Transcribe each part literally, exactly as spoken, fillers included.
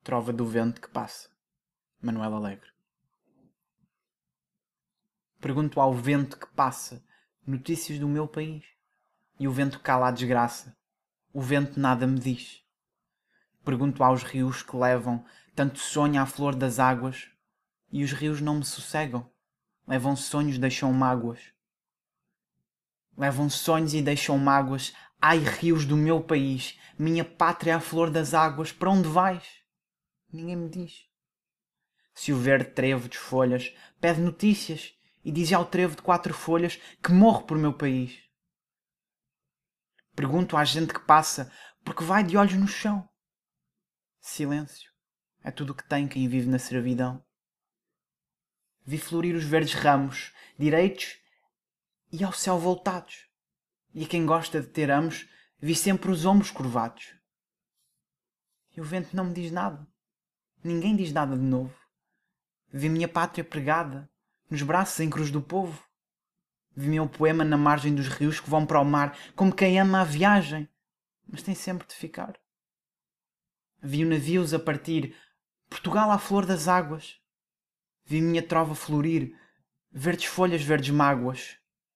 Trova do vento que passa. Manuel Alegre. Pergunto ao vento que passa notícias do meu país. E o vento cala a desgraça. O vento nada me diz. Pergunto aos rios que levam tanto sonho à flor das águas. E os rios não me sossegam. Levam sonhos, deixam mágoas. Levam sonhos e deixam mágoas. Ai, rios do meu país, minha pátria à flor das águas, para onde vais? Ninguém me diz. Se o verde trevo de folhas pede notícias e diz ao trevo de quatro folhas que morro por meu país. Pergunto à gente que passa porque vai de olhos no chão. Silêncio é tudo o que tem quem vive na servidão. Vi florir os verdes ramos, direitos e ao céu voltados. E a quem gosta de ter amos, vi sempre os ombros curvados. E o vento não me diz nada. Ninguém diz nada de novo. Vi minha pátria pregada, nos braços em cruz do povo. Vi meu poema na margem dos rios que vão para o mar, como quem ama a viagem, mas tem sempre de ficar. Vi navios a partir, Portugal à flor das águas. Vi minha trova florir, verdes folhas, verdes mágoas.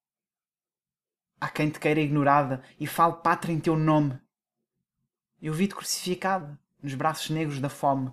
Há quem te queira ignorada e fale pátria em teu nome. Eu vi-te crucificada nos braços negros da fome.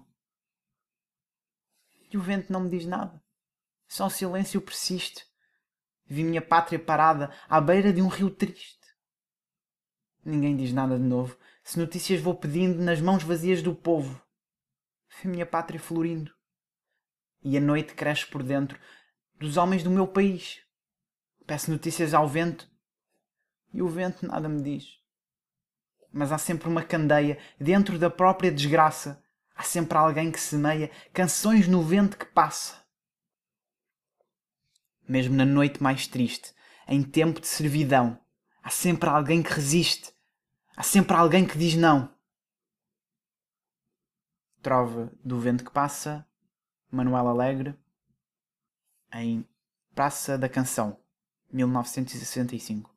E o vento não me diz nada. Só o silêncio persiste. Vi minha pátria parada à beira de um rio triste. Ninguém diz nada de novo. Se notícias vou pedindo nas mãos vazias do povo. Vi minha pátria florindo. E a noite cresce por dentro dos homens do meu país. Peço notícias ao vento e o vento nada me diz. Mas há sempre uma candeia dentro da própria desgraça. Há sempre alguém que semeia canções no vento que passa. Mesmo na noite mais triste, em tempo de servidão, há sempre alguém que resiste. Há sempre alguém que diz não. Trova do vento que passa, Manuel Alegre, em Praça da Canção, mil novecentos e sessenta e cinco.